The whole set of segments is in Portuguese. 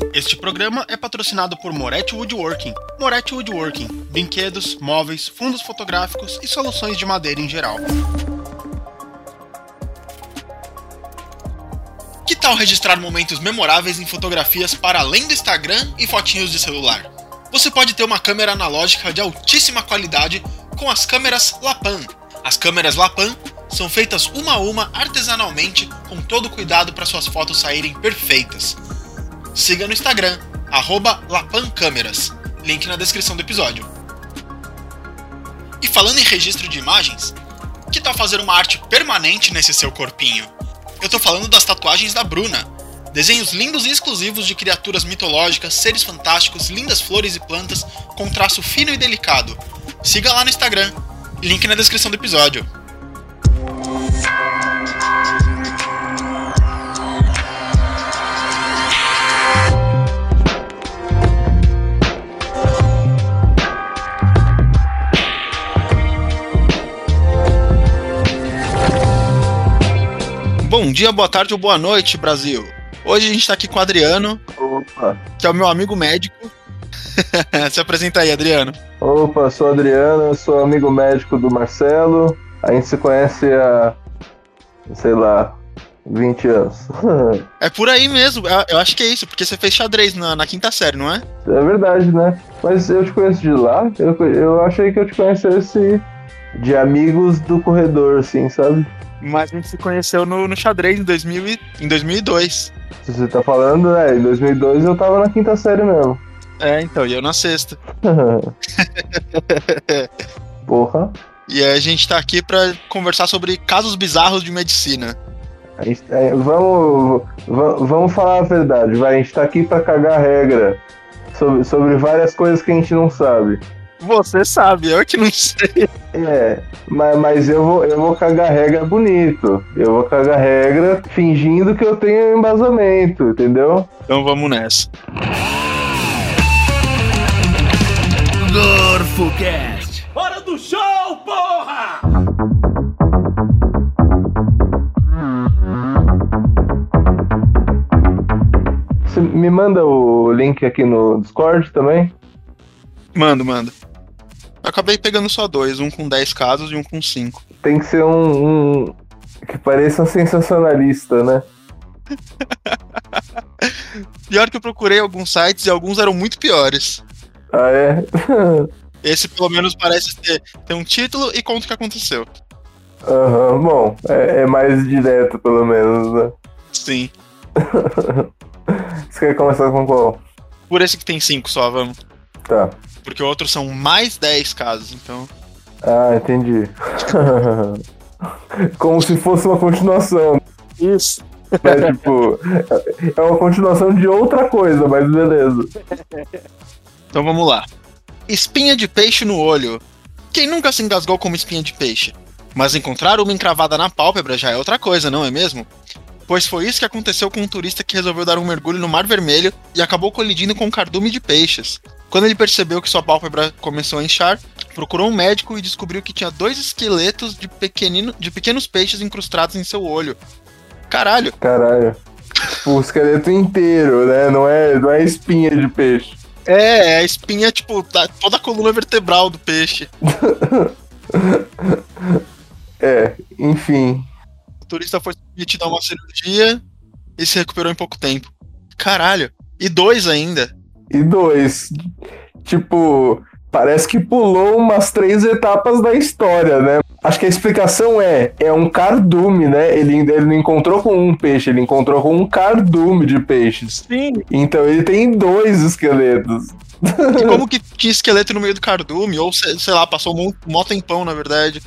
Este programa é patrocinado por Moretti Woodworking. Moretti Woodworking, brinquedos, móveis, fundos fotográficos e soluções de madeira em geral. Que tal registrar momentos memoráveis em fotografias para além do Instagram e fotinhos de celular? Você pode ter uma câmera analógica de altíssima qualidade com as câmeras Lapan. As câmeras Lapan são feitas uma a uma artesanalmente com todo cuidado para suas fotos saírem perfeitas. Siga no Instagram, @LapanCâmeras, link na descrição do episódio. E falando em registro de imagens, que tal fazer uma arte permanente nesse seu corpinho? Eu tô falando das tatuagens da Bruna. Desenhos lindos e exclusivos de criaturas mitológicas, seres fantásticos, lindas flores e plantas com traço fino e delicado. Siga lá no Instagram, link na descrição do episódio. Bom dia, boa tarde ou boa noite, Brasil. Hoje a gente tá aqui com o Adriano, que é o meu amigo médico. Se apresenta aí, Adriano. Opa, sou o Adriano, sou amigo médico do Marcelo. A gente se conhece há, sei lá, 20 anos. É por aí mesmo, eu acho que é isso, porque você fez xadrez na quinta série, não é? É verdade, né? Mas eu te conheço de lá, eu achei que eu te conhecesse de amigos do corredor, assim, sabe? Mas a gente se conheceu no xadrez em 2002. Se você tá falando, em 2002 eu tava na quinta série mesmo. É, então, e eu na sexta. Porra. E a gente tá aqui pra conversar sobre casos bizarros de medicina. Vamos falar a verdade, a gente tá aqui pra cagar regra sobre várias coisas que a gente não sabe. Você sabe, eu que não sei. Mas eu vou cagar regra bonito. Eu vou cagar regra fingindo que eu tenho embasamento, entendeu? Então vamos nessa. GorfoCast. Hora do show, porra! Você me manda o link aqui no Discord também? Mando. Eu acabei pegando só dois, um com 10 casos e um com 5. Tem que ser um que pareça sensacionalista, né? Pior que eu procurei alguns sites e alguns eram muito piores. Ah, é? Esse pelo menos parece ter um título e conta o que aconteceu. Aham, bom, é mais direto pelo menos, né? Sim. Você quer começar com qual? Por esse que tem 5 só, vamos. Tá. Porque outros são mais 10 casos, então... Ah, entendi. Como se fosse uma continuação. Isso. É tipo, é uma continuação de outra coisa, mas beleza. Então vamos lá. Espinha de peixe no olho. Quem nunca se engasgou com uma espinha de peixe? Mas encontrar uma encravada na pálpebra já é outra coisa, não é mesmo? Pois foi isso que aconteceu com um turista que resolveu dar um mergulho no Mar Vermelho e acabou colidindo com um cardume de peixes. Quando ele percebeu que sua pálpebra começou a inchar, procurou um médico e descobriu que tinha 2 esqueletos de pequenos peixes incrustados em seu olho. Caralho. O esqueleto inteiro, né? Não é espinha de peixe. É a espinha, tipo, toda a coluna vertebral do peixe. Enfim. O turista foi submetido a uma cirurgia e se recuperou em pouco tempo. Caralho. E 2 ainda. E 2. Tipo, parece que pulou umas 3 etapas da história, né? Acho que a explicação é um cardume, né? Ele não encontrou com um peixe, ele encontrou com um cardume de peixes. Sim. Então ele tem 2 esqueletos. E como que tinha esqueleto no meio do cardume? Ou, sei lá, passou um mó tempão, na verdade.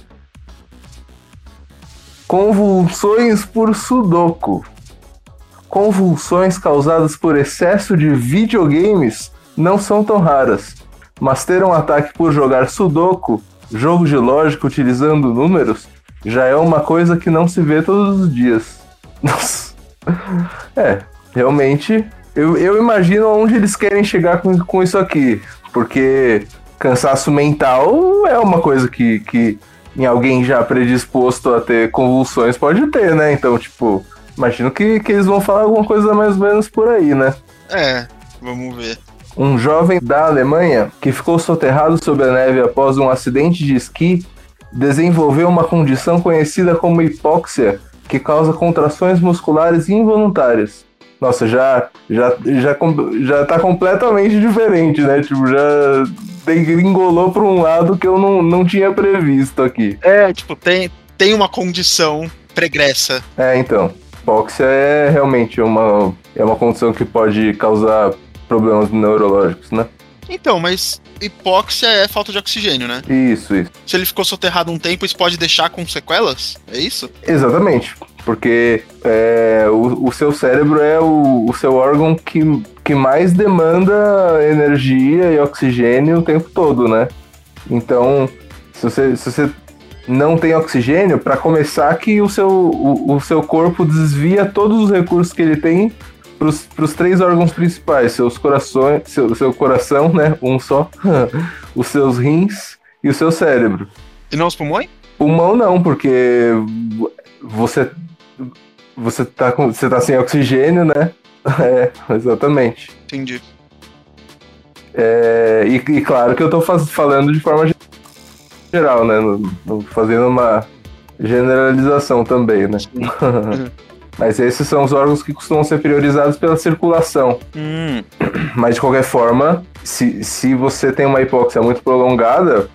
Convulsões por sudoku. Convulsões causadas por excesso de videogames não são tão raras, mas ter um ataque por jogar sudoku, jogo de lógica utilizando números, já é uma coisa que não se vê todos os dias. Nossa. Realmente, eu imagino onde eles querem chegar com isso aqui, porque cansaço mental é uma coisa que em alguém já predisposto a ter convulsões pode ter, né? Então, tipo... Imagino que eles vão falar alguma coisa mais ou menos por aí, né? Vamos ver. Um jovem da Alemanha que ficou soterrado sob a neve após um acidente de esqui desenvolveu uma condição conhecida como hipóxia, que causa contrações musculares involuntárias. Nossa, já tá completamente diferente, né? Tipo, já degringolou pra um lado que eu não tinha previsto aqui. Tipo, tem uma condição pregressa. Então, hipóxia é realmente uma condição que pode causar problemas neurológicos, né? Então, mas hipóxia é falta de oxigênio, né? Isso. Se ele ficou soterrado um tempo, isso pode deixar com sequelas? É isso? Exatamente, porque o seu cérebro é o seu órgão que mais demanda energia e oxigênio o tempo todo, né? Então, se você não tem oxigênio, para começar que o seu corpo desvia todos os recursos que ele tem para os 3 órgãos principais, seu coração, né, um só, os seus rins e o seu cérebro. E não os pulmões? Pulmão não, porque você tá sem oxigênio, né? Exatamente. Entendi. E claro que eu tô falando de forma geral, né? Fazendo uma generalização também, né? Mas esses são os órgãos que costumam ser priorizados pela circulação. Mas de qualquer forma, se você tem uma hipóxia muito prolongada,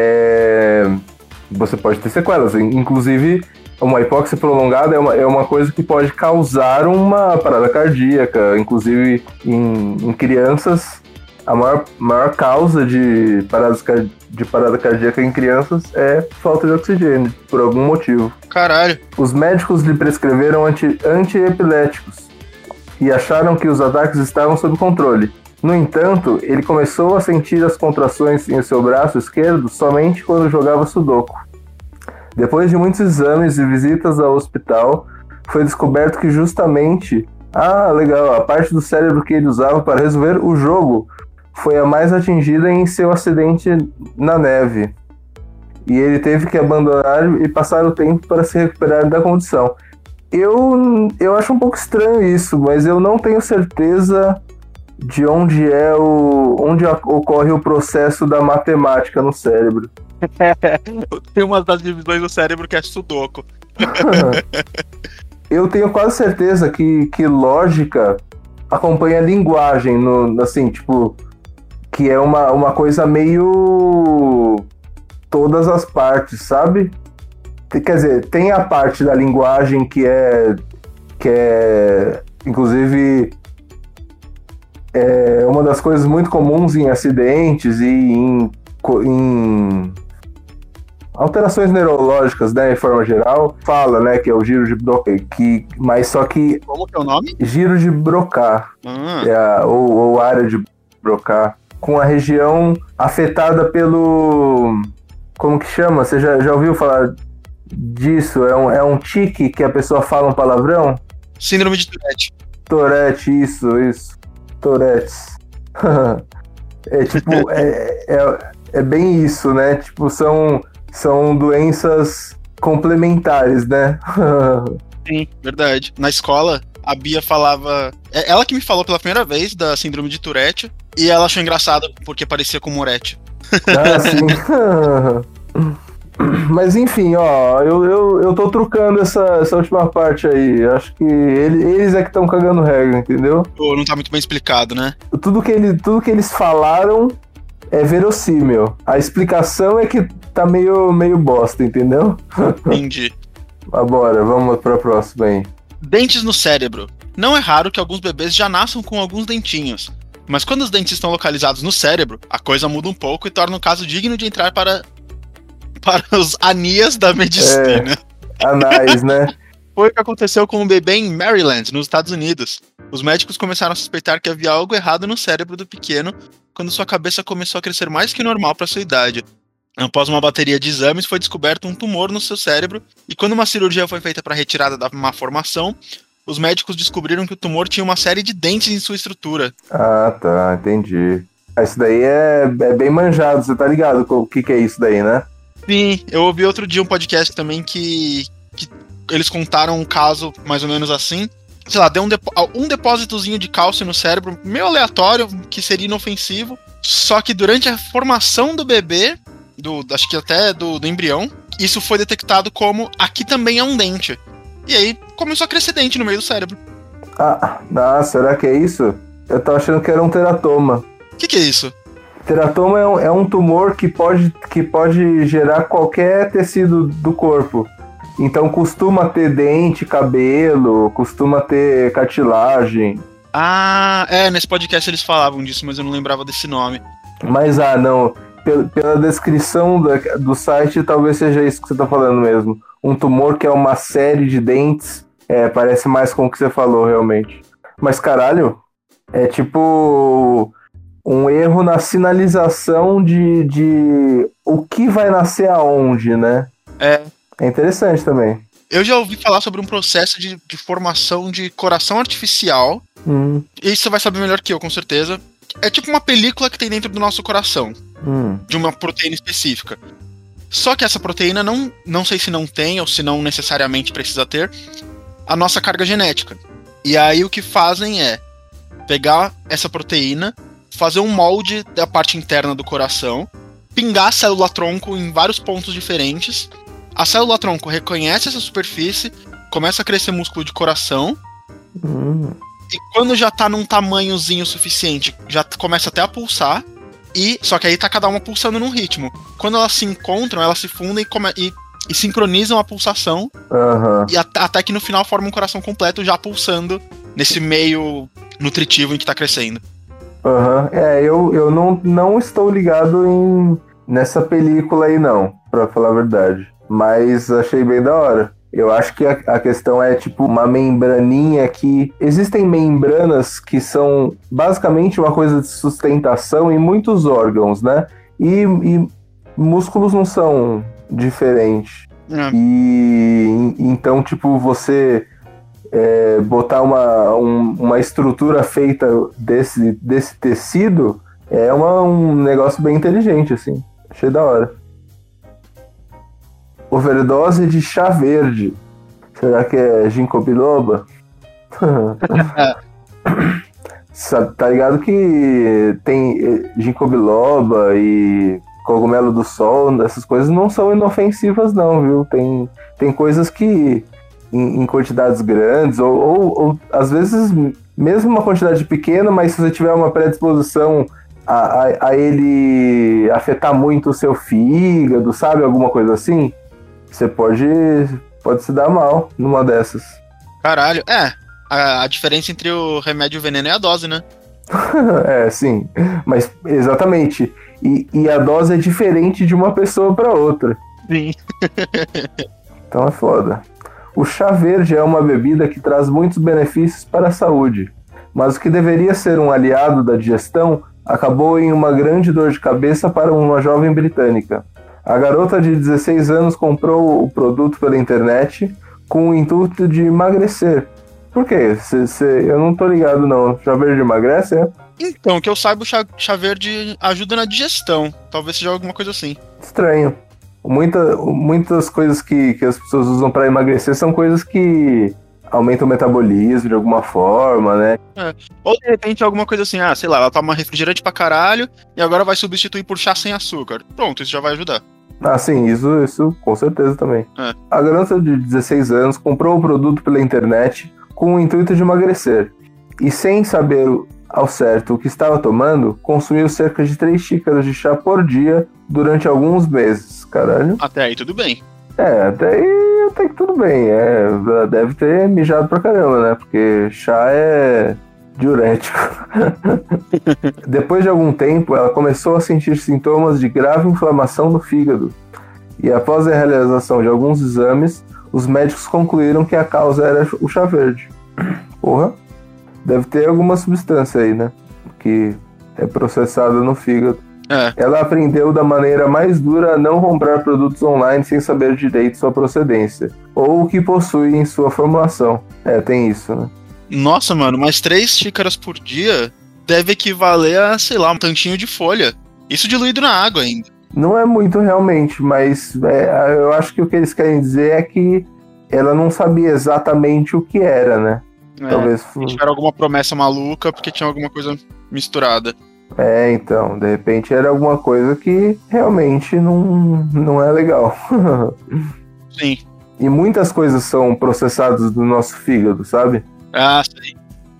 você pode ter sequelas. Inclusive, uma hipóxia prolongada é uma coisa que pode causar uma parada cardíaca. Inclusive, em crianças, a maior causa de parada cardíaca em crianças é falta de oxigênio, por algum motivo. Caralho. Os médicos lhe prescreveram antiepiléticos e acharam que os ataques estavam sob controle. No entanto, ele começou a sentir as contrações em seu braço esquerdo somente quando jogava sudoku. Depois de muitos exames e visitas ao hospital, foi descoberto que justamente a parte do cérebro que ele usava para resolver o jogo foi a mais atingida em seu acidente na neve. E ele teve que abandonar e passar o tempo para se recuperar da condição. Eu acho um pouco estranho isso, mas eu não tenho certeza de onde ocorre o processo da matemática no cérebro. Tem uma das divisões do cérebro que é sudoku. Eu tenho quase certeza que lógica acompanha a linguagem, assim, tipo, que é uma coisa meio todas as partes, sabe? Quer dizer, tem a parte da linguagem que é inclusive uma das coisas muito comuns em acidentes e em alterações neurológicas, né, em forma geral, fala, né, que é o giro de Broca, mas só que... Como que é o nome? Giro de Broca, ou área de Broca, com a região afetada pelo... Como que chama? Você já ouviu falar disso? É um tique que a pessoa fala um palavrão? Síndrome de Tourette. Tourette, isso. Tourettes. É bem isso, né? Tipo, são doenças complementares, né? Sim, verdade. Na escola, a Bia falava... Ela que me falou pela primeira vez da síndrome de Tourette, e ela achou engraçado porque parecia com Moretti. Sim. Mas enfim, ó, eu tô trucando essa última parte aí. Acho que eles é que estão cagando regra, entendeu? Não tá muito bem explicado, né? Tudo que eles falaram é verossímil. A explicação é que tá meio bosta, entendeu? Entendi. Mas bora, vamos pra próxima aí. Dentes no cérebro. Não é raro que alguns bebês já nasçam com alguns dentinhos. Mas quando os dentes estão localizados no cérebro, a coisa muda um pouco e torna o caso digno de entrar para os anias da medicina. Anais, né? Foi o que aconteceu com um bebê em Maryland, nos Estados Unidos. Os médicos começaram a suspeitar que havia algo errado no cérebro do pequeno quando sua cabeça começou a crescer mais que normal para sua idade. Após uma bateria de exames, foi descoberto um tumor no seu cérebro e quando uma cirurgia foi feita para a retirada da má formação, os médicos descobriram que o tumor tinha uma série de dentes em sua estrutura. Ah, tá, entendi. Isso daí é bem manjado, você tá ligado com o que é isso daí, né? Sim, eu ouvi outro dia um podcast também que eles contaram um caso mais ou menos assim, sei lá, deu um depósitozinho de cálcio no cérebro, meio aleatório, que seria inofensivo. Só que durante a formação do bebê, acho que até do embrião, isso foi detectado como aqui também é um dente. E aí começou a crescer dente no meio do cérebro. Será que é isso? Eu tava achando que era um teratoma. O que é isso? Teratoma é um tumor que pode gerar qualquer tecido do corpo. Então costuma ter dente, cabelo, costuma ter cartilagem. Nesse podcast eles falavam disso, mas eu não lembrava desse nome. Mas, não, pela descrição do site, talvez seja isso que você tá falando mesmo. Um tumor que é uma série de dentes, parece mais com o que você falou, realmente. Mas, caralho, é tipo um erro na sinalização de o que vai nascer aonde, né? É interessante também. Eu já ouvi falar sobre um processo de formação de coração artificial. Isso você vai saber melhor que eu, com certeza. É tipo uma película que tem dentro do nosso coração. De uma proteína específica. Só que essa proteína não sei se não tem ou se não necessariamente precisa ter a nossa carga genética. E aí o que fazem é pegar essa proteína, fazer um molde da parte interna do coração, pingar a célula-tronco em vários pontos diferentes. A célula-tronco reconhece essa superfície, começa a crescer músculo de coração, e quando já tá num tamanhozinho suficiente, já começa até a pulsar, só que aí tá cada uma pulsando num ritmo. Quando elas se encontram, elas se fundem e sincronizam a pulsação, e até que no final forma um coração completo já pulsando nesse meio nutritivo em que tá crescendo. Eu não estou ligado nessa película aí não, pra falar a verdade. Mas achei bem da hora. Eu acho que a questão é tipo uma membraninha que... Existem membranas que são basicamente uma coisa de sustentação em muitos órgãos, né? E músculos não são diferentes. E então, tipo, você botar uma estrutura feita desse tecido é um negócio bem inteligente, assim. Achei da hora. Overdose de chá verde. Será que é ginkgo biloba? Tá ligado que tem ginkgo biloba e cogumelo do sol, essas coisas não são inofensivas não, viu? Tem coisas que em quantidades grandes ou às vezes mesmo uma quantidade pequena, mas se você tiver uma predisposição a ele afetar muito o seu fígado, sabe? Alguma coisa assim, você pode se dar mal numa dessas. Caralho, a diferença entre o remédio e o veneno é a dose, né? Sim, mas exatamente. E a dose é diferente de uma pessoa para outra. Sim. Então é foda. O chá verde é uma bebida que traz muitos benefícios para a saúde, mas o que deveria ser um aliado da digestão acabou em uma grande dor de cabeça para uma jovem britânica. A garota de 16 anos comprou o produto pela internet com o intuito de emagrecer. Por quê? Eu não tô ligado não. Chá verde emagrece, é? Então, que eu saiba, o chá verde ajuda na digestão. Talvez seja alguma coisa assim. Estranho. Muitas coisas que as pessoas usam pra emagrecer são coisas que aumentam o metabolismo de alguma forma, né? Ou de repente alguma coisa assim, sei lá, ela toma refrigerante pra caralho e agora vai substituir por chá sem açúcar. Pronto, isso já vai ajudar. Sim, isso com certeza também. A garota de 16 anos comprou o produto pela internet com o intuito de emagrecer. E sem saber ao certo o que estava tomando, consumiu cerca de 3 xícaras de chá por dia durante alguns meses. Caralho. Até aí tudo bem. Até que tudo bem. Deve ter mijado pra caramba, né? Porque chá é diurético. Depois de algum tempo, ela começou a sentir sintomas de grave inflamação no fígado. E após a realização de alguns exames, os médicos concluíram que a causa era o chá verde. Porra. Deve ter alguma substância aí, né? Que é processada no fígado. Ela aprendeu da maneira mais dura a não comprar produtos online sem saber direito sua procedência, ou o que possui em sua formulação. Tem isso, né? Nossa, mano, mas 3 xícaras por dia deve equivaler a, sei lá, um tantinho de folha. Isso diluído na água ainda. Não é muito realmente, mas eu acho que o que eles querem dizer é que ela não sabia exatamente o que era, né? Talvez. Tiveram alguma promessa maluca porque tinha alguma coisa misturada. Então, de repente era alguma coisa que realmente não é legal. Sim. E muitas coisas são processadas do nosso fígado, sabe? Ah, sim.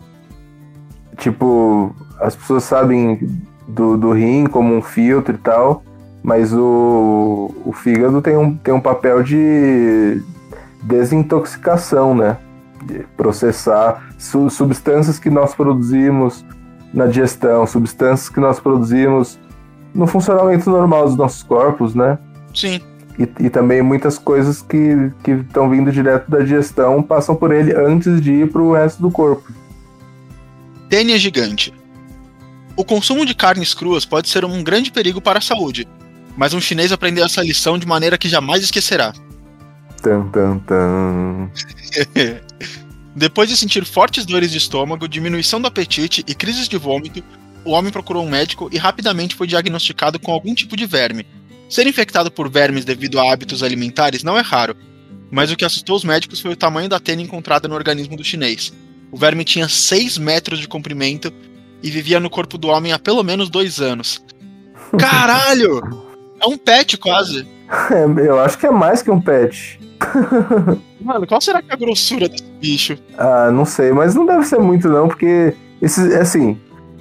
Tipo, as pessoas sabem do rim como um filtro e tal, mas o fígado tem um papel de desintoxicação, né? De processar substâncias que nós produzimos na digestão, substâncias que nós produzimos no funcionamento normal dos nossos corpos, né? Sim. E também muitas coisas que estão vindo direto da digestão passam por ele antes de ir para o resto do corpo. Tênia gigante. O consumo de carnes cruas pode ser um grande perigo para a saúde, mas um chinês aprendeu essa lição de maneira que jamais esquecerá. Tan, tan, tan. Depois de sentir fortes dores de estômago, diminuição do apetite e crises de vômito, o homem procurou um médico e rapidamente foi diagnosticado com algum tipo de verme. Ser infectado por vermes devido a hábitos alimentares não é raro, mas o que assustou os médicos foi o tamanho da tênia encontrada no organismo do chinês. O verme tinha 6 metros de comprimento e vivia no corpo do homem há pelo menos 2 anos. Caralho! É um pet quase. Eu acho que é mais que um pet. Mano, qual será que é a grossura desse bicho? Não sei, mas não deve ser muito não, porque assim,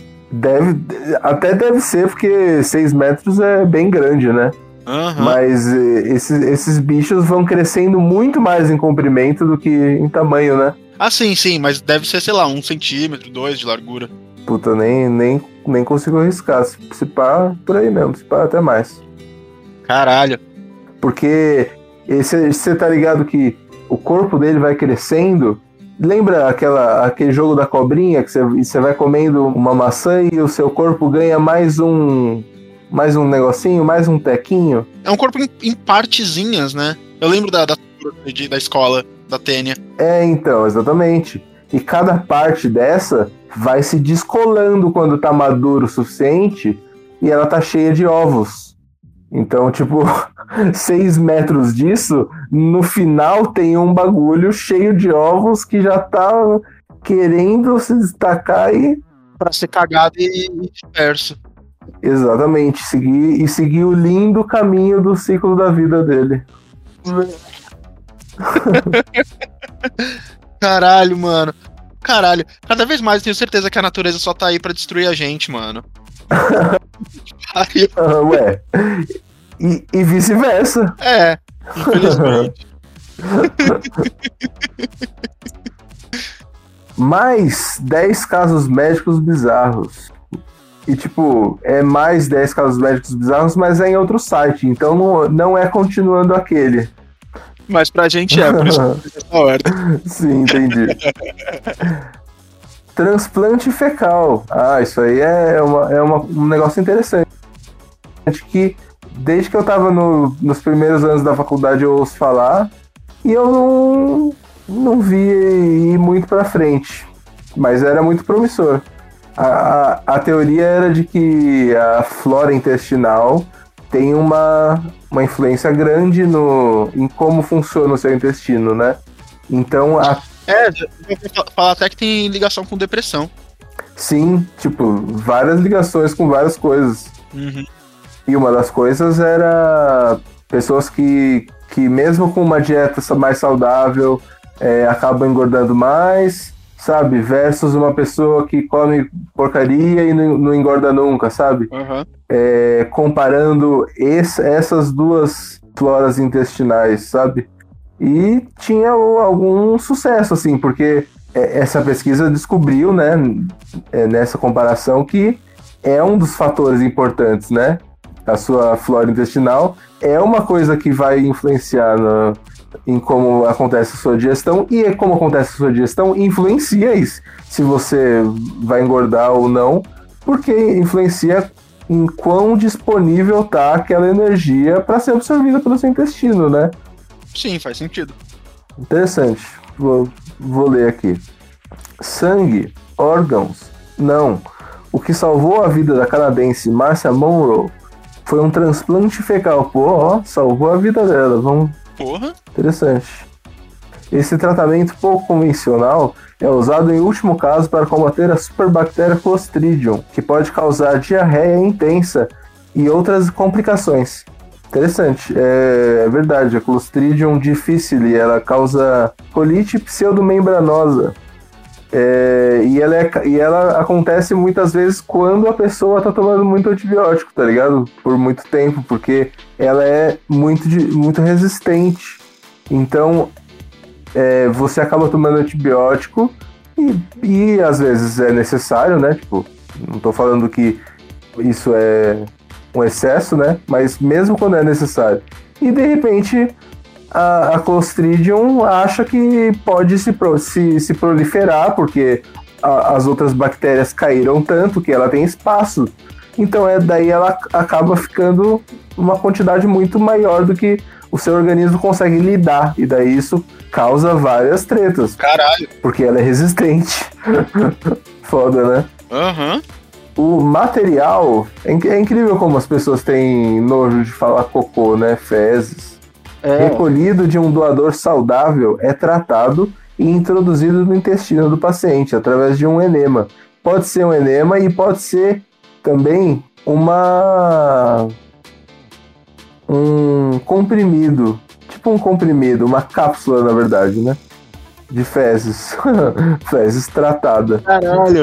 até deve ser, porque 6 metros é bem grande, né? Uhum. Mas esses bichos vão crescendo muito mais em comprimento do que em tamanho, né? Ah, sim, mas deve ser, sei lá, 1 centímetro, 2 de largura. Puta, nem consigo arriscar. Se pá, por aí mesmo, se pá, até mais. Caralho. Porque você tá ligado que o corpo dele vai crescendo. Lembra aquele jogo da cobrinha que você vai comendo uma maçã e o seu corpo ganha mais um negocinho, mais um tequinho? É um corpo em partezinhas, né? Eu lembro da escola, da Tênia. Então, exatamente. E cada parte dessa vai se descolando quando tá maduro o suficiente e ela tá cheia de ovos. Então, tipo, 6 metros disso, no final tem um bagulho cheio de ovos que já tá querendo se destacar pra ser cagado e disperso. Exatamente, seguir o lindo caminho do ciclo da vida dele. Caralho, mano. Caralho. Cada vez mais eu tenho certeza que a natureza só tá aí pra destruir a gente, mano. Ué. E vice-versa. Infelizmente. Mais 10 casos médicos bizarros. E tipo, é mais 10 casos médicos bizarros, mas é em outro site. Então não é continuando aquele. Mas pra gente por isso que tá ordem. Sim, entendi. Transplante fecal. Isso aí é um negócio interessante. Que desde que eu tava nos primeiros anos da faculdade eu ouço falar e eu não vi ir muito pra frente. Mas era muito promissor. A teoria era de que a flora intestinal tem uma influência grande em como funciona o seu intestino, né? Então fala até que tem ligação com depressão. Sim, tipo, várias ligações com várias coisas. Uhum. E uma das coisas era pessoas que mesmo com uma dieta mais saudável acabam engordando mais, sabe? Versus uma pessoa que come porcaria e não engorda nunca, sabe? Uhum. Comparando essas duas floras intestinais, sabe? E tinha algum sucesso, assim, porque essa pesquisa descobriu, né, nessa comparação, que é um dos fatores importantes, né? A sua flora intestinal é uma coisa que vai influenciar em como acontece a sua digestão, e como acontece a sua digestão influencia isso, se você vai engordar ou não, porque influencia em quão disponível tá aquela energia para ser absorvida pelo seu intestino, né? Sim, faz sentido. Interessante. Vou ler aqui. Sangue, órgãos, não. O que salvou a vida da canadense Marcia Monroe foi um transplante fecal. Pô, salvou a vida dela. Vamos. Porra. Interessante. Esse tratamento pouco convencional é usado em último caso para combater a superbactéria Clostridium, que pode causar diarreia intensa e outras complicações. Interessante, é verdade, a Clostridium difficile, ela causa colite pseudomembranosa. E ela acontece muitas vezes quando a pessoa tá tomando muito antibiótico, tá ligado? Por muito tempo, porque ela é muito resistente. Então, você acaba tomando antibiótico e às vezes é necessário, né? Tipo, não tô falando que isso é um excesso, né? Mas mesmo quando é necessário. E de repente a Clostridium acha que pode se proliferar, porque as outras bactérias caíram tanto que ela tem espaço. Então daí ela acaba ficando uma quantidade muito maior do que o seu organismo consegue lidar. E daí isso causa várias tretas. Caralho. Porque ela é resistente. Foda, né? Aham. O material... É incrível como as pessoas têm nojo de falar cocô, né? Fezes. Recolhido de um doador saudável, é tratado e introduzido no intestino do paciente através de um enema. Pode ser um enema e pode ser também um comprimido. Tipo um comprimido, uma cápsula, na verdade, né? De fezes. Fezes tratada. Caralho.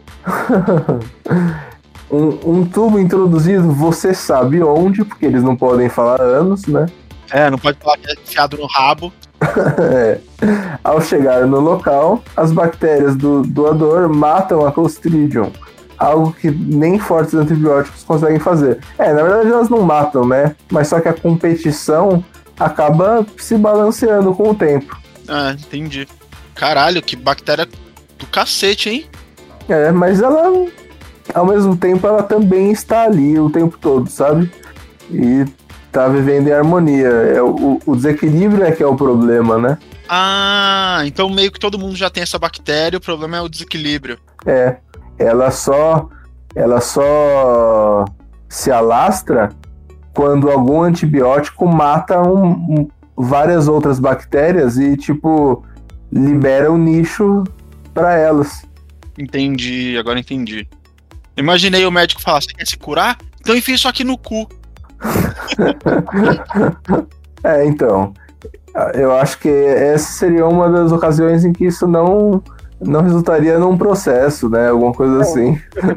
Um tubo introduzido, você sabe onde, porque eles não podem falar anos, né? Não pode falar que é enfiado no rabo. Ao chegar no local, as bactérias do doador matam a Clostridium, algo que nem fortes antibióticos conseguem fazer. Na verdade elas não matam, né? Mas só que a competição acaba se balanceando com o tempo. Entendi. Caralho, que bactéria do cacete, hein? Mas ela, ao mesmo tempo, ela também está ali o tempo todo, sabe? E tá vivendo em harmonia. O desequilíbrio é que é o problema, né? Então meio que todo mundo já tem essa bactéria, o problema é o desequilíbrio. Ela só se alastra quando algum antibiótico mata várias outras bactérias e, tipo, libera o nicho para elas. Entendi, agora entendi. Imaginei o médico falar, você quer se curar? Então enfia isso aqui no cu. Então, eu acho que essa seria uma das ocasiões em que isso não resultaria num processo, né? Alguma coisa assim.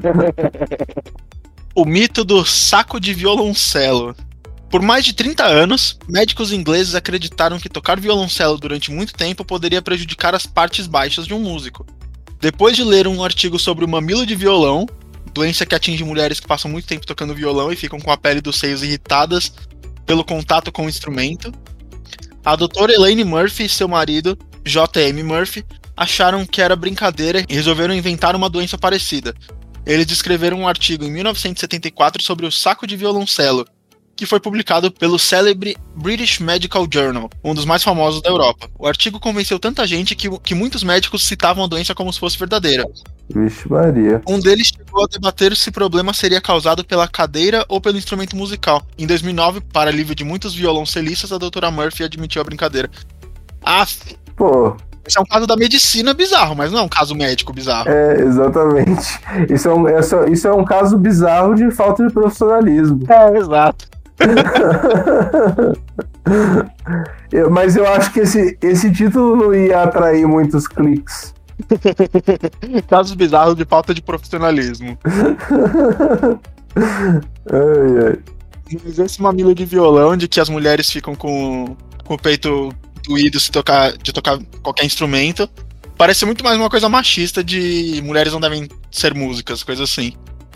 O mito do saco de violoncelo. Por mais de 30 anos, médicos ingleses acreditaram que tocar violoncelo durante muito tempo poderia prejudicar as partes baixas de um músico. Depois de ler um artigo sobre o mamilo de violão, doença que atinge mulheres que passam muito tempo tocando violão e ficam com a pele dos seios irritadas pelo contato com o instrumento, a doutora Elaine Murphy e seu marido, J.M. Murphy, acharam que era brincadeira e resolveram inventar uma doença parecida. Eles descreveram um artigo em 1974 sobre o saco de violoncelo, que foi publicado pelo célebre British Medical Journal, um dos mais famosos da Europa. O artigo convenceu tanta gente que muitos médicos citavam a doença como se fosse verdadeira. Vixe Maria. Um deles chegou a debater se o problema seria causado pela cadeira ou pelo instrumento musical. Em 2009, para alívio de muitos violoncelistas, a doutora Murphy admitiu a brincadeira. Pô. Esse é um caso da medicina bizarro, mas não é um caso médico bizarro. Exatamente. Isso é um caso bizarro de falta de profissionalismo. Exato. Mas eu acho que esse título não ia atrair muitos cliques. Casos bizarros de falta de profissionalismo. Mas esse mamilo de violão, de que as mulheres ficam com o peito doído de tocar qualquer instrumento, parece muito mais uma coisa machista de mulheres não devem ser músicas, coisa assim.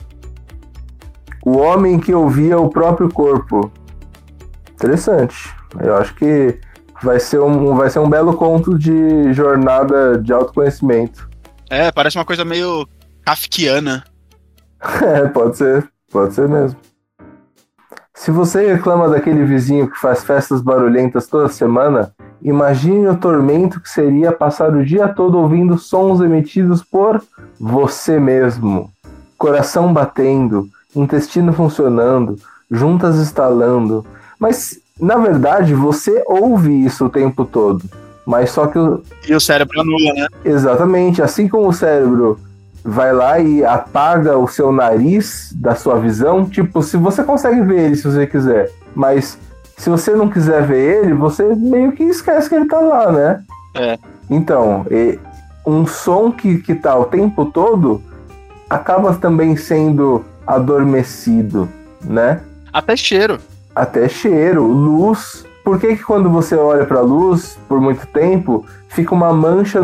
O homem que ouvia o próprio corpo. Interessante. Eu acho que vai ser um belo conto de jornada de autoconhecimento. Parece uma coisa meio kafkiana. Pode ser mesmo. Se você reclama daquele vizinho que faz festas barulhentas toda semana, imagine o tormento que seria passar o dia todo ouvindo sons emitidos por você mesmo. Coração batendo, intestino funcionando, juntas estalando. Mas, na verdade, você ouve isso o tempo todo. Mas só que E o cérebro anula, né? exatamente, assim como o cérebro vai lá e apaga o seu nariz da sua visão, tipo, se você consegue ver ele se você quiser, mas se você não quiser ver ele, você meio que esquece que ele tá lá, né? É. Então, um som que tá o tempo todo acaba também sendo adormecido, né? Até cheiro. Até cheiro, luz. Por que quando você olha pra luz por muito tempo, fica uma mancha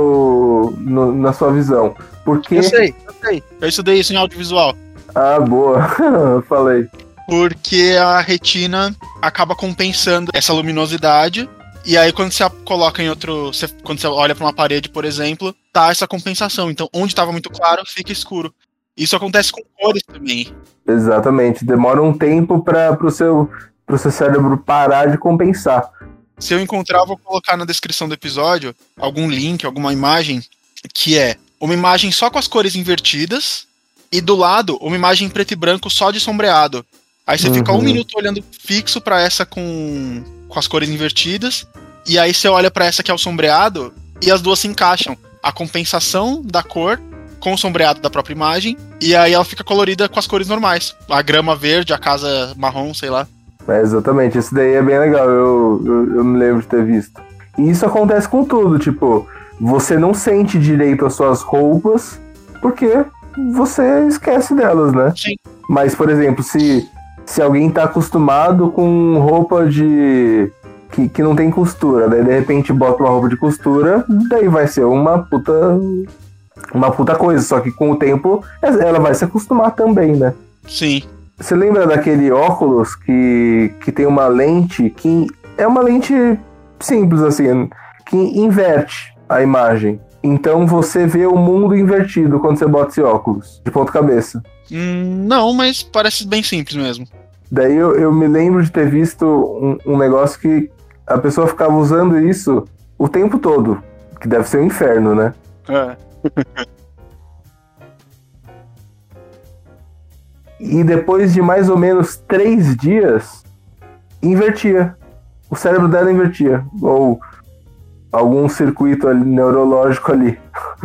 na sua visão? Porque... Eu sei. Eu estudei isso em audiovisual. Ah, boa. Falei. Porque a retina acaba compensando essa luminosidade. E aí, quando você coloca em outro. Quando você olha pra uma parede, por exemplo, tá essa compensação. Então, onde tava muito claro, fica escuro. Isso acontece com cores também. Exatamente. Demora um tempo pro seu cérebro parar de compensar. Se eu encontrar, vou colocar na descrição do episódio algum link, alguma imagem, que é uma imagem só com as cores invertidas e do lado uma imagem em preto e branco só de sombreado. Aí você fica 1 minuto olhando fixo pra essa com as cores invertidas, e aí você olha pra essa que é o sombreado e as duas se encaixam. A compensação da cor com o sombreado da própria imagem, e aí ela fica colorida com as cores normais. A grama verde, a casa marrom, sei lá. É, exatamente, esse daí é bem legal, eu me lembro de ter visto. E isso acontece com tudo, tipo, você não sente direito as suas roupas porque você esquece delas, né? Sim. Mas, por exemplo, se alguém tá acostumado com roupa que não tem costura, daí de repente bota uma roupa de costura, daí vai ser uma puta coisa, só que com o tempo ela vai se acostumar também, né? Sim. Você lembra daquele óculos que tem uma lente que é uma lente simples assim, que inverte a imagem. Então você vê o mundo invertido quando você bota esse óculos, de ponta cabeça. Não, mas parece bem simples mesmo. Daí eu me lembro de ter visto um negócio que a pessoa ficava usando isso o tempo todo, que deve ser um inferno, né? É. E depois de mais ou menos 3 dias, invertia. O cérebro dela invertia. Ou algum circuito neurológico ali.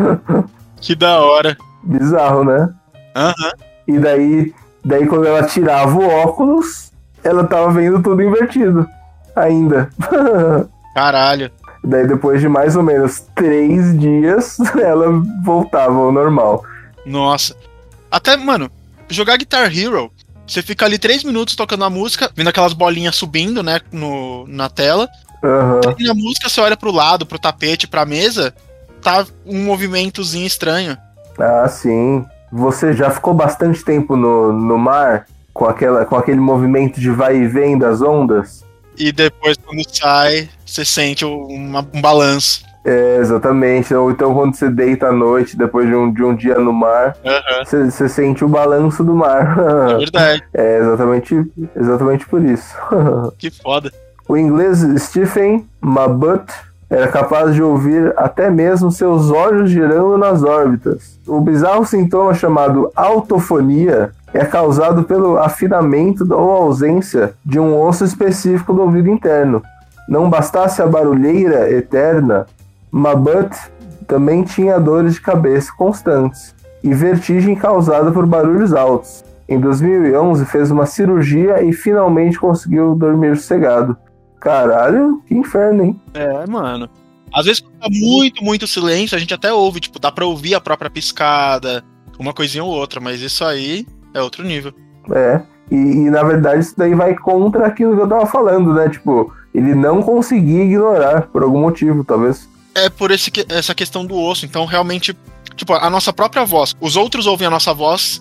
Que da hora. Bizarro, né? Aham. E daí quando ela tirava o óculos, ela tava vendo tudo invertido. Ainda. Caralho. Daí depois de mais ou menos 3 dias, ela voltava ao normal. Nossa. Até, mano, jogar Guitar Hero, você fica ali 3 minutos tocando a música, vendo aquelas bolinhas subindo, né, na tela. Uhum. E na música você olha pro lado, pro tapete, pra mesa, tá um movimentozinho estranho. Ah, sim. Você já ficou bastante tempo no mar, com aquele movimento de vai e vem das ondas? E depois, quando sai, você sente um balanço. É, exatamente. Ou então quando você deita à noite, depois de um dia no mar, você sente o balanço do mar. É verdade. É exatamente por isso. Que foda. O inglês Stephen Mabut era capaz de ouvir até mesmo seus olhos girando nas órbitas. O bizarro sintoma chamado autofonia é causado pelo afinamento ou ausência de um osso específico do ouvido interno. Não bastasse a barulheira eterna, Mabut também tinha dores de cabeça constantes e vertigem causada por barulhos altos. Em 2011 fez uma cirurgia e finalmente conseguiu dormir sossegado. Caralho, que inferno, hein? É, mano. Às vezes quando tá muito silêncio, a gente até ouve, tipo, dá pra ouvir a própria piscada, uma coisinha ou outra, mas isso aí é outro nível. É, e na verdade isso daí vai contra aquilo que eu tava falando, né? Tipo, ele não conseguia ignorar por algum motivo, talvez. É por essa questão do osso, então realmente, tipo, a nossa própria voz, os outros ouvem a nossa voz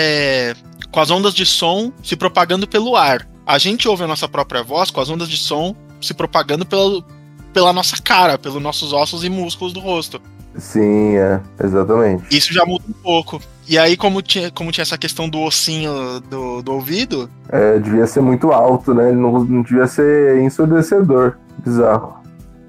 com as ondas de som se propagando pelo ar. A gente ouve a nossa própria voz com as ondas de som se propagando pela nossa cara, pelos nossos ossos e músculos do rosto. Sim, exatamente. Isso já muda um pouco. E aí, como tinha essa questão do ossinho do ouvido... devia ser muito alto, né? Ele não devia ser ensurdecedor. Bizarro.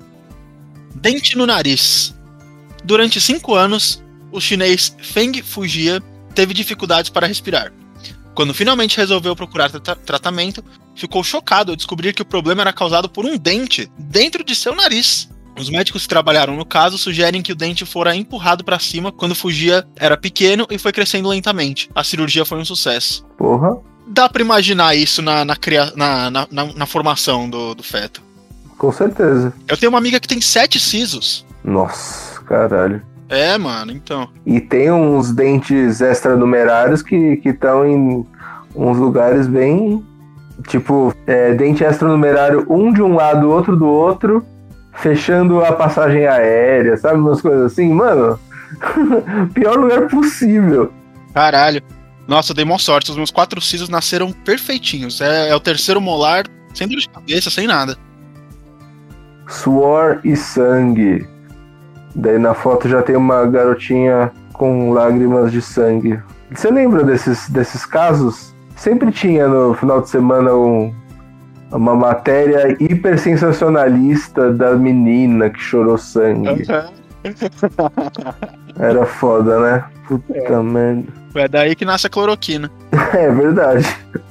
Dente no nariz. Durante 5 anos, o chinês Feng Fujia teve dificuldades para respirar. Quando finalmente resolveu procurar tratamento, ficou chocado ao descobrir que o problema era causado por um dente dentro de seu nariz. Os médicos que trabalharam no caso sugerem que o dente fora empurrado pra cima quando fugia, era pequeno e foi crescendo lentamente. A cirurgia foi um sucesso. Porra. Dá pra imaginar isso na formação do feto. Com certeza. Eu tenho uma amiga que tem 7 sisos. Nossa, caralho. É, mano, então. E tem uns dentes extranumerários que estão em uns lugares bem... Tipo, dente extranumerário, um de um lado, outro do outro, fechando a passagem aérea, sabe? Umas coisas assim, mano. Pior lugar possível. Caralho. Nossa, eu dei mó sorte. Os meus 4 sisos nasceram perfeitinhos. É o terceiro molar, sem dor de cabeça, sem nada. Suor e sangue. Daí na foto já tem uma garotinha com lágrimas de sangue. Você lembra desses casos? Sempre tinha no final de semana uma matéria hiper sensacionalista da menina que chorou sangue. Era foda, né? Puta merda. É daí que nasce a cloroquina. É verdade.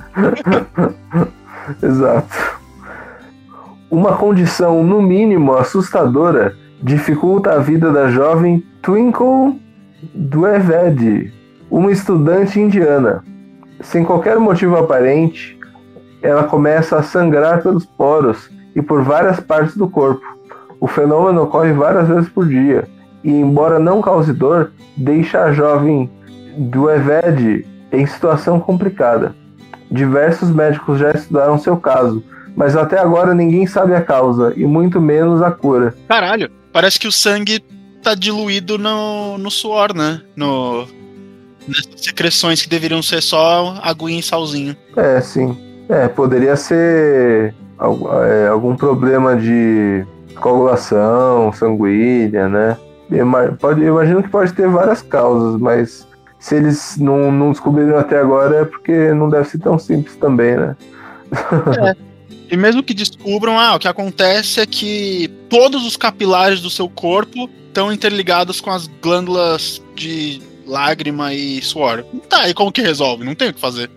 Exato. Uma condição, no mínimo, assustadora dificulta a vida da jovem Twinkle Dwivedi, uma estudante indiana. Sem qualquer motivo aparente, ela começa a sangrar pelos poros e por várias partes do corpo. O fenômeno ocorre várias vezes por dia e, embora não cause dor, deixa a jovem Dwivedi em situação complicada. Diversos médicos já estudaram seu caso, mas até agora ninguém sabe a causa e muito menos a cura. Caralho, parece que o sangue tá diluído no suor, né? Nessas secreções que deveriam ser só aguinha e salzinho. É, sim. Poderia ser algum problema de coagulação sanguínea, né? Eu imagino que pode ter várias causas, mas se eles não descobriram até agora é porque não deve ser tão simples também, né? E mesmo que descubram, o que acontece é que todos os capilares do seu corpo estão interligados com as glândulas de lágrima e suor. Tá, e como que resolve? Não tem o que fazer.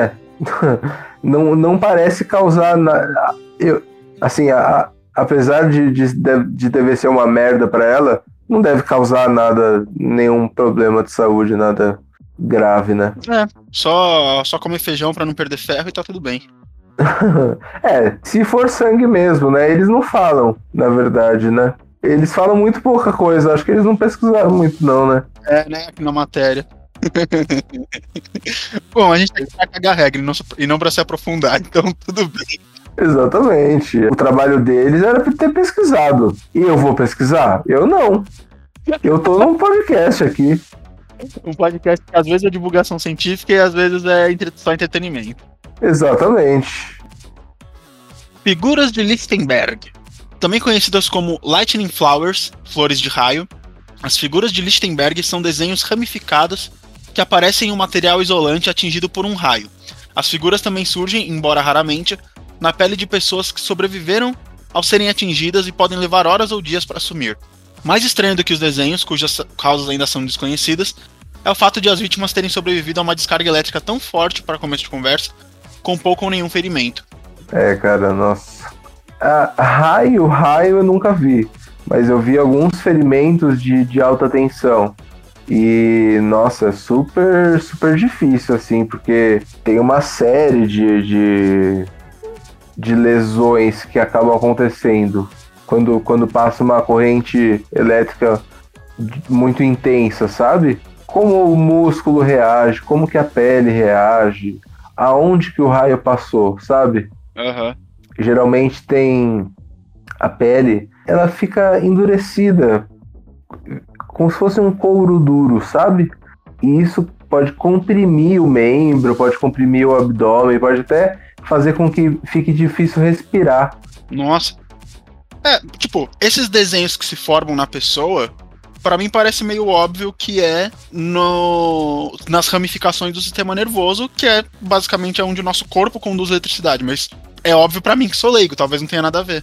Não parece causar nada. Assim, apesar de dever ser uma merda pra ela, não deve causar nada, nenhum problema de saúde, nada grave, né? Só comer feijão pra não perder ferro e tá tudo bem. Se for sangue mesmo, né? Eles não falam, na verdade, né? Eles falam muito pouca coisa, acho que eles não pesquisaram muito não, né? Né? Aqui na matéria. Bom, a gente tem que cagar regra e não pra se aprofundar, então tudo bem. Exatamente. O trabalho deles era pra ter pesquisado. E eu vou pesquisar? Eu não. Eu tô num podcast aqui. Um podcast que às vezes é divulgação científica e às vezes é só entretenimento. Exatamente. Figuras de Lichtenberg. Também conhecidas como Lightning Flowers, flores de raio, as figuras de Lichtenberg são desenhos ramificados que aparecem em um material isolante atingido por um raio. As figuras também surgem, embora raramente, na pele de pessoas que sobreviveram ao serem atingidas e podem levar horas ou dias para sumir. Mais estranho do que os desenhos, cujas causas ainda são desconhecidas, é o fato de as vítimas terem sobrevivido a uma descarga elétrica tão forte, para começo de conversa, com pouco ou nenhum ferimento. Cara, nossa. Raio eu nunca vi, mas eu vi alguns ferimentos de alta tensão. E, nossa, é super, super difícil, assim, porque tem uma série de lesões que acabam acontecendo quando passa uma corrente elétrica muito intensa, sabe? Como o músculo reage, como que a pele reage, aonde que o raio passou, sabe? Uhum. Geralmente tem a pele, ela fica endurecida, como se fosse um couro duro, sabe? E isso pode comprimir o membro, pode comprimir o abdômen, pode até fazer com que fique difícil respirar. Nossa. Esses desenhos que se formam na pessoa, pra mim parece meio óbvio que é nas ramificações do sistema nervoso, que é basicamente onde o nosso corpo conduz eletricidade, mas é óbvio pra mim que sou leigo, talvez não tenha nada a ver.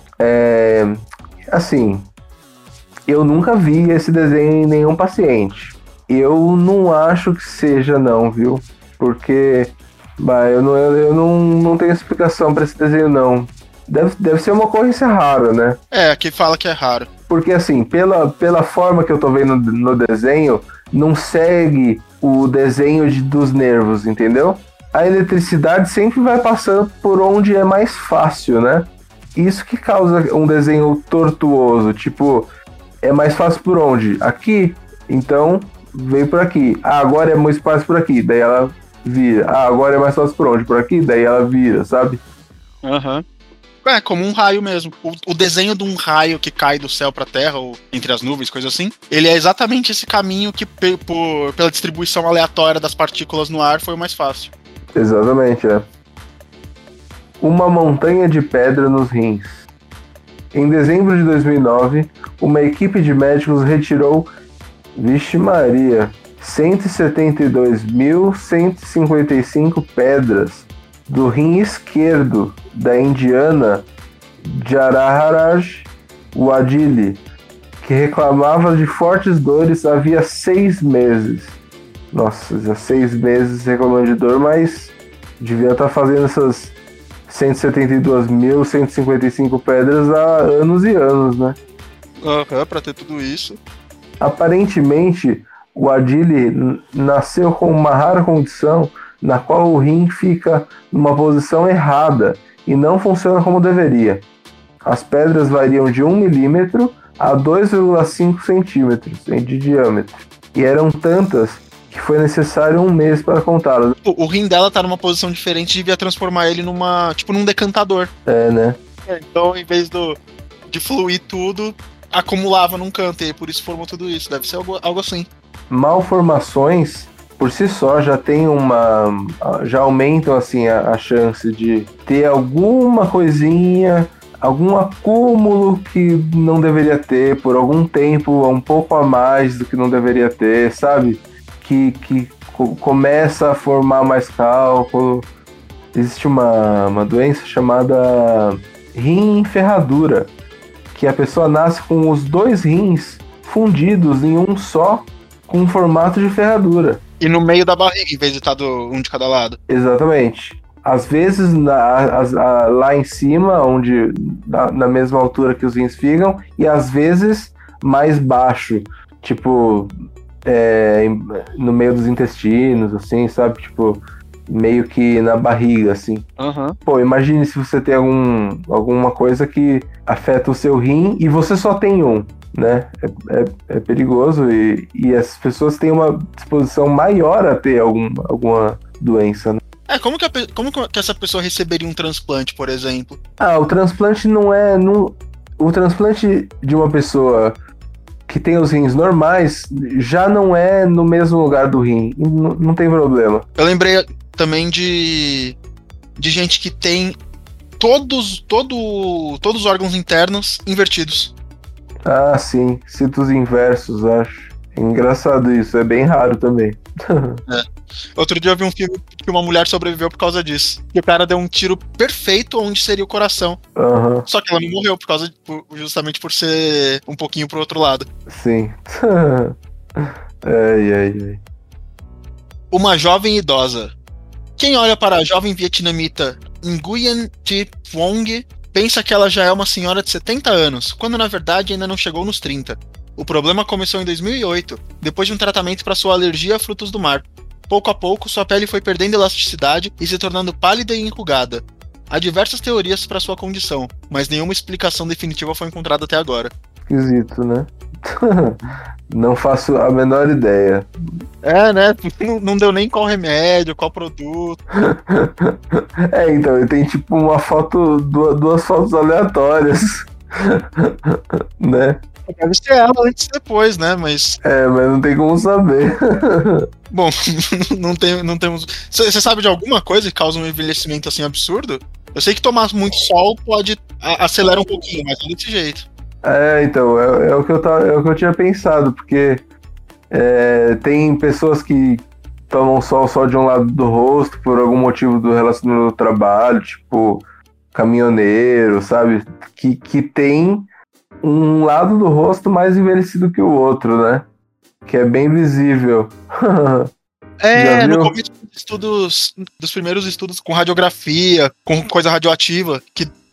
Assim, eu nunca vi esse desenho em nenhum paciente. Eu não acho que seja não, viu? Porque eu não tenho explicação pra esse desenho não. Deve ser uma ocorrência rara, né? É, aqui fala que é raro. Porque assim, pela forma que eu tô vendo no desenho, não segue o desenho dos nervos, entendeu? A eletricidade sempre vai passando por onde é mais fácil, né? Isso que causa um desenho tortuoso. Tipo, é mais fácil por onde? Aqui. Então, veio por aqui. Ah, agora é mais fácil por aqui. Daí ela vira. Ah, agora é mais fácil por onde? Por aqui. Daí ela vira, sabe? Aham. É, como um raio mesmo. O desenho de um raio que cai do céu pra terra, ou entre as nuvens, coisa assim, ele é exatamente esse caminho que, pela distribuição aleatória das partículas no ar, foi o mais fácil. Exatamente, é. Uma montanha de pedra nos rins. Em dezembro de 2009, uma equipe de médicos retirou, vixe Maria, 172.155 pedras do rim esquerdo da indiana Jaraharaj Wadili, que reclamava de fortes dores havia 6 meses. Nossa, já 6 meses reclamando de dor, mas devia estar fazendo essas 172.155 pedras há anos e anos, né? Pra ter tudo isso. Aparentemente, o Adili nasceu com uma rara condição na qual o rim fica numa posição errada e não funciona como deveria. As pedras variam de 1 milímetro a 2,5 centímetros de diâmetro, e eram tantas que foi necessário 1 mês para contá-las. O rim dela tá numa posição diferente, devia transformar ele num decantador. É, né? Então, em vez de fluir tudo, acumulava num canto, e por isso formou tudo isso. Deve ser algo assim. Malformações por si só já aumentam assim a chance de ter alguma coisinha, algum acúmulo que não deveria ter por algum tempo, um pouco a mais do que não deveria ter, sabe? Que começa a formar mais cálculo. Existe uma doença chamada rim ferradura, que a pessoa nasce com os 2 rins fundidos em um só, com um formato de ferradura. E no meio da barriga, em vez de estar um de cada lado. Exatamente. Às vezes lá em cima, na mesma altura que os rins ficam, e às vezes mais baixo, tipo no meio dos intestinos, assim, sabe? Tipo, meio que na barriga, assim. Uhum. Pô, imagine se você tem alguma coisa que afeta o seu rim e você só tem um, né? É perigoso e as pessoas têm uma disposição maior a ter alguma doença, né? Como que essa pessoa receberia um transplante, por exemplo? O transplante o transplante de uma pessoa que tem os rins normais já não é no mesmo lugar do rim. Não tem problema. Eu lembrei também de gente que tem todos os órgãos internos invertidos. Ah, sim. Citos inversos, acho. É engraçado isso. É bem raro também. Outro dia eu vi um filme que uma mulher sobreviveu por causa disso. Que o cara deu um tiro perfeito onde seria o coração. Uhum. Só que ela não morreu justamente por ser um pouquinho pro outro lado. Sim. Ai. Uma jovem idosa. Quem olha para a jovem vietnamita Nguyen Thi Vuong pensa que ela já é uma senhora de 70 anos, quando na verdade ainda não chegou nos 30. O problema começou em 2008, depois de um tratamento para sua alergia a frutos do mar. Pouco a pouco, sua pele foi perdendo elasticidade e se tornando pálida e enrugada. Há diversas teorias para sua condição, mas nenhuma explicação definitiva foi encontrada até agora. Esquisito, né? Não faço a menor ideia. Né? Não deu nem qual remédio, qual produto. Então, tem tipo uma foto, duas fotos aleatórias. Né? Deve ser ela antes e depois, né? Mas não tem como saber. Bom, não temos. Você sabe de alguma coisa que causa um envelhecimento assim absurdo? Eu sei que tomar muito sol pode acelerar um pouquinho, mas não desse jeito. Então, é o que eu tinha pensado, porque tem pessoas que tomam sol só de um lado do rosto por algum motivo do relacionamento ao trabalho, tipo caminhoneiro, sabe? Que tem um lado do rosto mais envelhecido que o outro, né? Que é bem visível. No começo dos primeiros estudos com radiografia, com coisa radioativa, que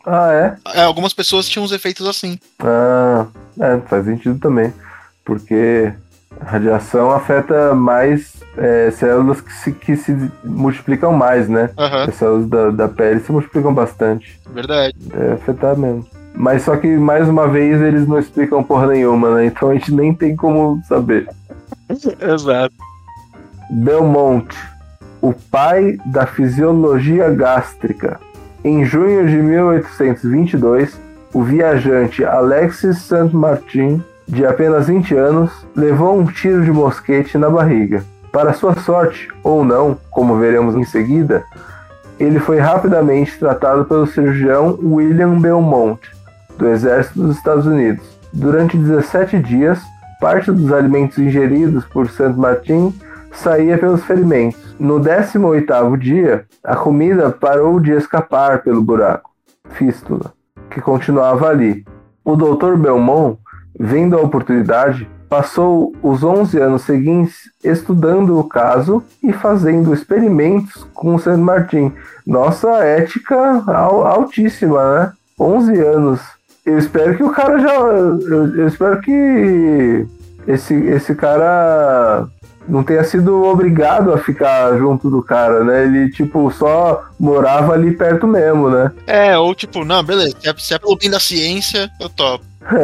Ah, é? Algumas pessoas tinham uns efeitos assim. Ah, faz sentido também. Porque a radiação afeta mais células que se multiplicam mais, né? Aham. As células da pele se multiplicam bastante. Verdade. É afetar mesmo. Mas só que, mais uma vez, eles não explicam porra nenhuma, né? Então a gente nem tem como saber. Exato. Belmont, o pai da fisiologia gástrica. Em junho de 1822, o viajante Alexis Saint-Martin, de apenas 20 anos, levou um tiro de mosquete na barriga. Para sua sorte, ou não, como veremos em seguida, ele foi rapidamente tratado pelo cirurgião William Belmont, do Exército dos Estados Unidos. Durante 17 dias, parte dos alimentos ingeridos por Saint-Martin saía pelos ferimentos. No 18º dia, a comida parou de escapar pelo buraco, fístula, que continuava ali. O Dr. Belmont, vendo a oportunidade, passou os 11 anos seguintes estudando o caso e fazendo experimentos com Saint-Martin. Nossa, ética altíssima, né? 11 anos. Eu espero que o cara já... Eu espero que esse cara não tenha sido obrigado a ficar junto do cara, né? Ele, tipo, só morava ali perto mesmo, né? Ou tipo, não, beleza, se é pelo bem da ciência, eu topo.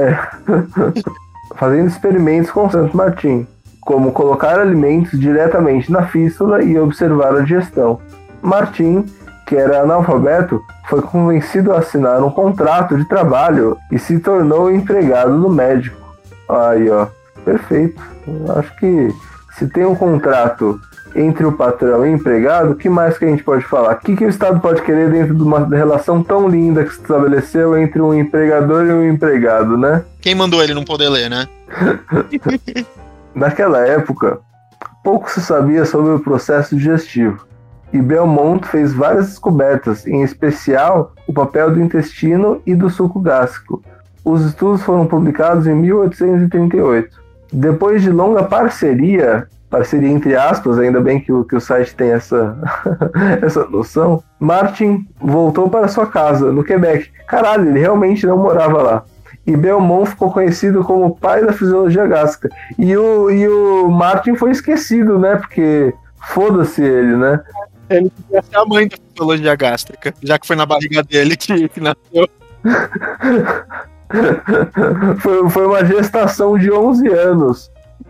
Fazendo experimentos com Saint-Martin, como colocar alimentos diretamente na fístula e observar a digestão. Martin, que era analfabeto, foi convencido a assinar um contrato de trabalho e se tornou empregado do médico. Aí, ó, perfeito. Acho que se tem um contrato entre o patrão e o empregado, o que mais que a gente pode falar? O que o Estado pode querer dentro de uma relação tão linda que se estabeleceu entre um empregador e um empregado, né? Quem mandou ele não poder ler, né? Naquela época, pouco se sabia sobre o processo digestivo, e Belmont fez várias descobertas, em especial o papel do intestino e do suco gástrico. Os estudos foram publicados em 1838. Depois de longa parceria entre aspas, ainda bem que o site tem essa noção, Martin voltou para sua casa, no Quebec. Caralho, ele realmente não morava lá. E Belmont ficou conhecido como o pai da fisiologia gástrica. E o Martin foi esquecido, né? Porque foda-se ele, né? Ele devia ser a mãe da fisiologia gástrica, já que foi na barriga dele que nasceu. Foi uma gestação de 11 anos.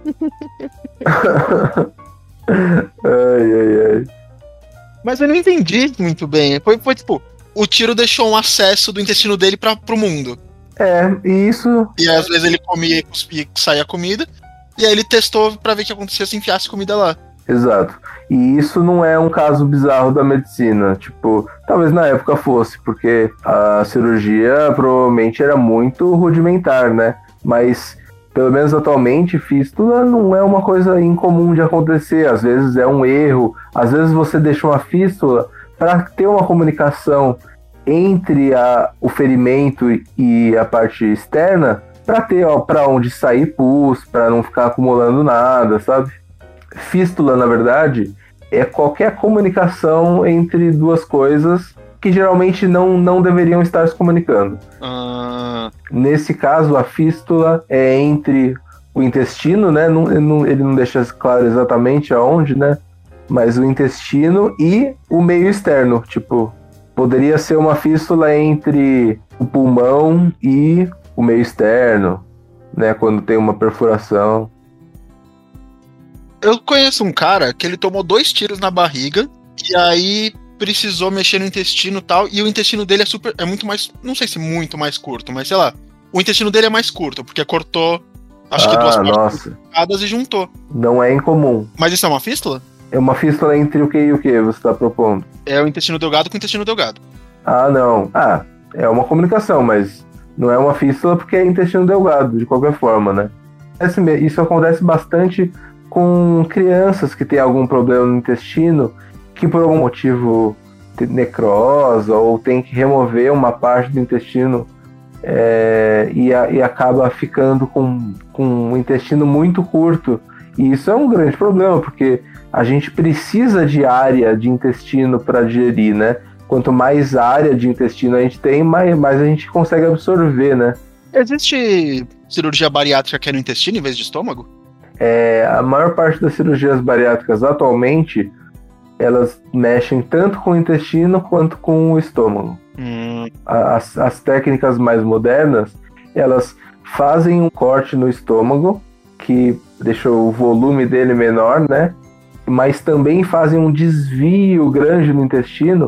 ai. Mas eu não entendi muito bem. Foi tipo, o tiro deixou um acesso do intestino dele pro mundo. E isso... E às vezes ele comia e cuspia e saía comida. E aí ele testou pra ver o que acontecia se enfiasse comida lá. Exato. E isso não é um caso bizarro da medicina. Tipo, talvez na época fosse, porque a cirurgia provavelmente era muito rudimentar, né? Mas, pelo menos atualmente, fístula não é uma coisa incomum de acontecer. Às vezes é um erro. Às vezes você deixa uma fístula para ter uma comunicação entre o ferimento e a parte externa, para ter para onde sair pus, para não ficar acumulando nada, sabe? Fístula, na verdade, é qualquer comunicação entre duas coisas que geralmente não deveriam estar se comunicando. Nesse caso, a fístula é entre o intestino, né? Ele não deixa claro exatamente aonde, né? Mas o intestino e o meio externo. Tipo, poderia ser uma fístula entre o pulmão e o meio externo, né? Quando tem uma perfuração. Eu conheço um cara que ele tomou 2 tiros na barriga e aí precisou mexer no intestino e tal, e o intestino dele é muito mais, não sei se muito mais curto, mas sei lá, o intestino dele é mais curto, porque cortou, acho que 2 partes e juntou. Não é incomum. Mas isso é uma fístula? É uma fístula entre o que e o que você está propondo? É o intestino delgado com o intestino delgado. Não. É uma comunicação, mas não é uma fístula porque é intestino delgado, de qualquer forma, né? Isso acontece bastante com crianças que têm algum problema no intestino, que por algum motivo necrosa ou tem que remover uma parte do intestino e acaba ficando com um intestino muito curto. E isso é um grande problema, porque a gente precisa de área de intestino para digerir, né? quanto mais área de intestino a gente tem, mais a gente consegue absorver, né? Existe cirurgia bariátrica que é no intestino em vez de estômago? A maior parte das cirurgias bariátricas atualmente, elas mexem tanto com o intestino quanto com o estômago. As técnicas mais modernas, elas fazem um corte no estômago, que deixa o volume dele menor, né? Mas também fazem um desvio grande no intestino.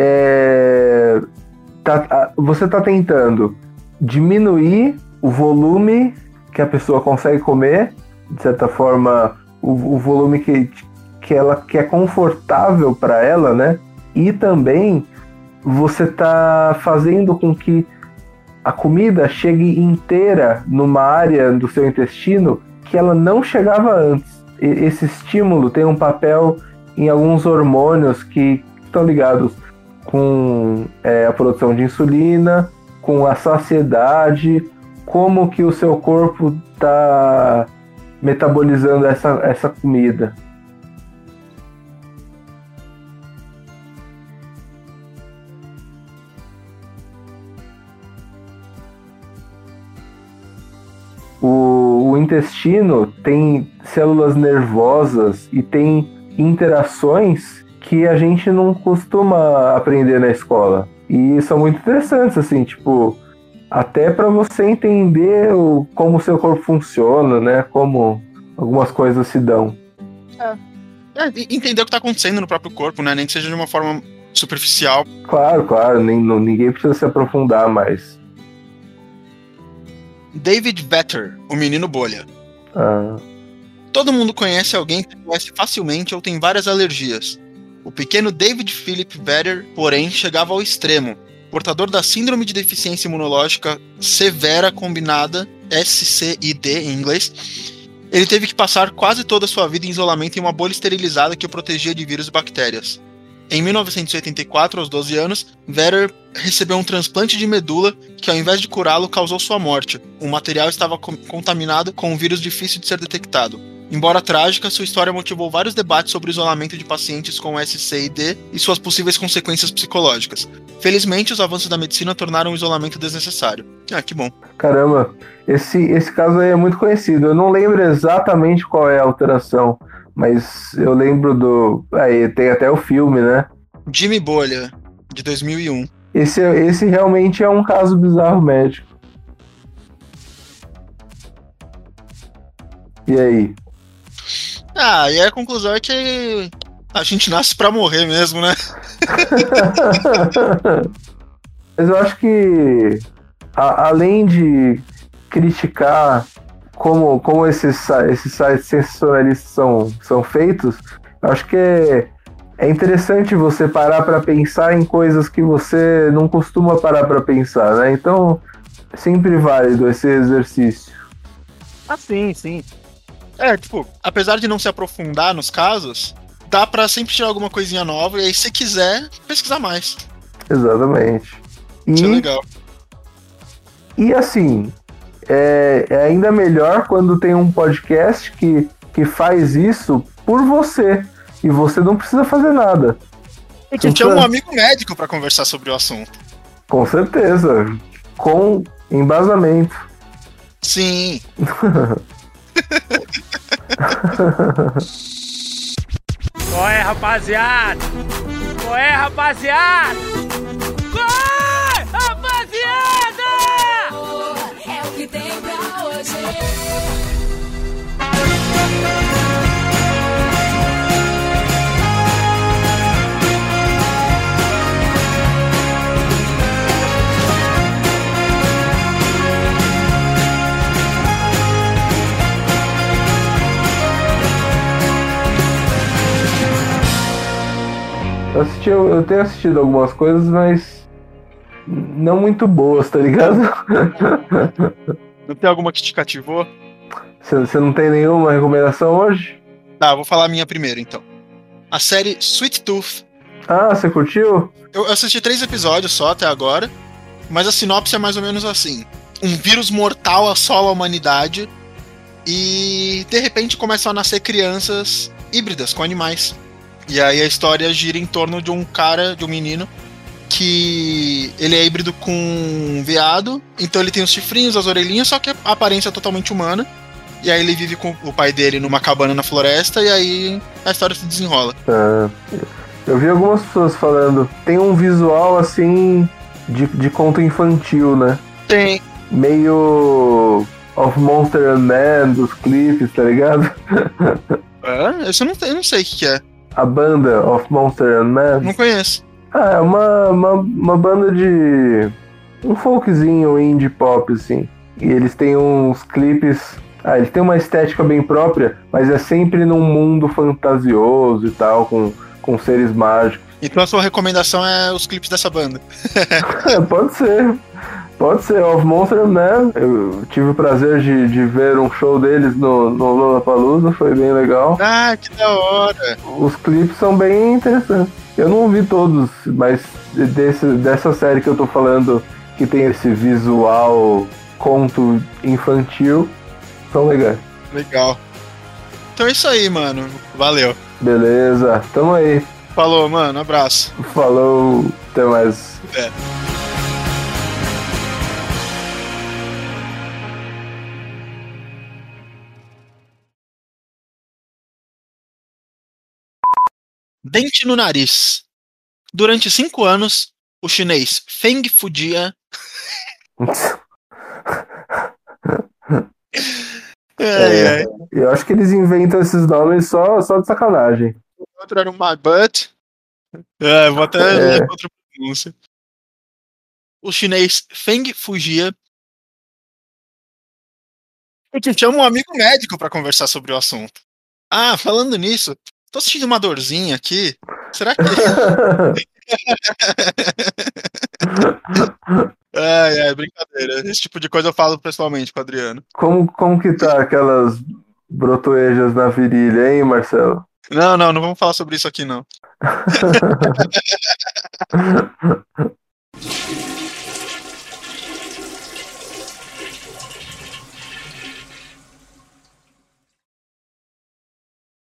Você está tentando diminuir o volume que a pessoa consegue comer, de certa forma, o volume que é confortável para ela, né? E também você está fazendo com que a comida chegue inteira numa área do seu intestino que ela não chegava antes. Esse estímulo tem um papel em alguns hormônios que estão ligados com a produção de insulina, com a saciedade, como que o seu corpo está metabolizando essa comida. O intestino tem células nervosas e tem interações que a gente não costuma aprender na escola. E são muito interessantes, assim, tipo, até para você entender como o seu corpo funciona, né? Como algumas coisas se dão. Entender o que tá acontecendo no próprio corpo, né? Nem que seja de uma forma superficial. Claro, ninguém precisa se aprofundar mais. David Vetter, o menino bolha. Todo mundo conhece alguém que conhece facilmente ou tem várias alergias. O pequeno David Philip Vetter, porém, chegava ao extremo. Portador da Síndrome de Deficiência Imunológica Severa Combinada, SCID em inglês, ele teve que passar quase toda a sua vida em isolamento em uma bolha esterilizada que o protegia de vírus e bactérias. Em 1984, aos 12 anos, Vetter recebeu um transplante de medula que, ao invés de curá-lo, causou sua morte. O material estava contaminado com um vírus difícil de ser detectado. Embora trágica, sua história motivou vários debates sobre o isolamento de pacientes com SCID e suas possíveis consequências psicológicas. Felizmente, os avanços da medicina tornaram o isolamento desnecessário. Que bom. Caramba, esse caso aí é muito conhecido. Eu não lembro exatamente qual é a alteração, mas eu lembro Aí tem até o filme, né? Jimmy Bolha, de 2001. Esse realmente é um caso bizarro médico. E aí? E a conclusão é que a gente nasce pra morrer mesmo, né? Mas eu acho que, além de criticar como esses sites sensacionalistas são feitos, eu acho que é interessante você parar para pensar em coisas que você não costuma parar para pensar, né? Então, é sempre válido esse exercício. Sim. Apesar de não se aprofundar nos casos, dá pra sempre tirar alguma coisinha nova e aí, se quiser, pesquisar mais. Exatamente. Isso é legal. E assim, é ainda melhor quando tem um podcast que faz isso por você. E você não precisa fazer nada. E que tinha um amigo médico pra conversar sobre o assunto. Com certeza. Com embasamento. Sim. Qual é, rapaziada? Qual é, rapaziada? É o que tem pra hoje. Eu tenho assistido algumas coisas, mas não muito boas, tá ligado? Não tem alguma que te cativou? Você não tem nenhuma recomendação hoje? Tá, vou falar a minha primeiro, então. A série Sweet Tooth. Você curtiu? Eu assisti 3 episódios só até agora, mas a sinopse é mais ou menos assim. Um vírus mortal assola a humanidade e, de repente, começam a nascer crianças híbridas com animais. E aí a história gira em torno de um menino, que ele é híbrido com um veado, então ele tem os chifrinhos, as orelhinhas, só que a aparência é totalmente humana. E aí ele vive com o pai dele numa cabana na floresta, e aí a história se desenrola. Eu vi algumas pessoas falando, tem um visual assim de conto infantil, né? Tem. Meio Of Monster and Man dos clipes, tá ligado? Isso eu não sei o que é. A banda Of Monster and Man. Não conheço. É uma banda de um folkzinho indie pop, assim. E eles têm uns clipes. Eles têm uma estética bem própria, mas é sempre num mundo fantasioso e tal, com seres mágicos. Então a sua recomendação é os clipes dessa banda. Pode ser. Pode ser. Of Monster and Man. Eu tive o prazer de ver um show deles no Lollapalooza, foi bem legal. Ah, que da hora. Os clipes são bem interessantes. Eu não vi todos, mas dessa série que eu tô falando, que tem esse visual conto infantil, são legais. Legal. Então é isso aí, mano. Valeu. Beleza, tamo aí. Falou, mano. Abraço. Falou, até mais. É. Dente no nariz. Durante 5 anos, o chinês Feng Fujia. Eu acho que eles inventam esses nomes só de sacanagem. O outro era um My Butt. Vou até ler outra pronúncia. O chinês Feng Fujia. Eu te chamo um amigo médico pra conversar sobre o assunto. Falando nisso, tô sentindo uma dorzinha aqui. Será que. Brincadeira. Esse tipo de coisa eu falo pessoalmente com o Adriano. Como que tá aquelas brotoejas na virilha, hein, Marcelo? Não vamos falar sobre isso aqui, não.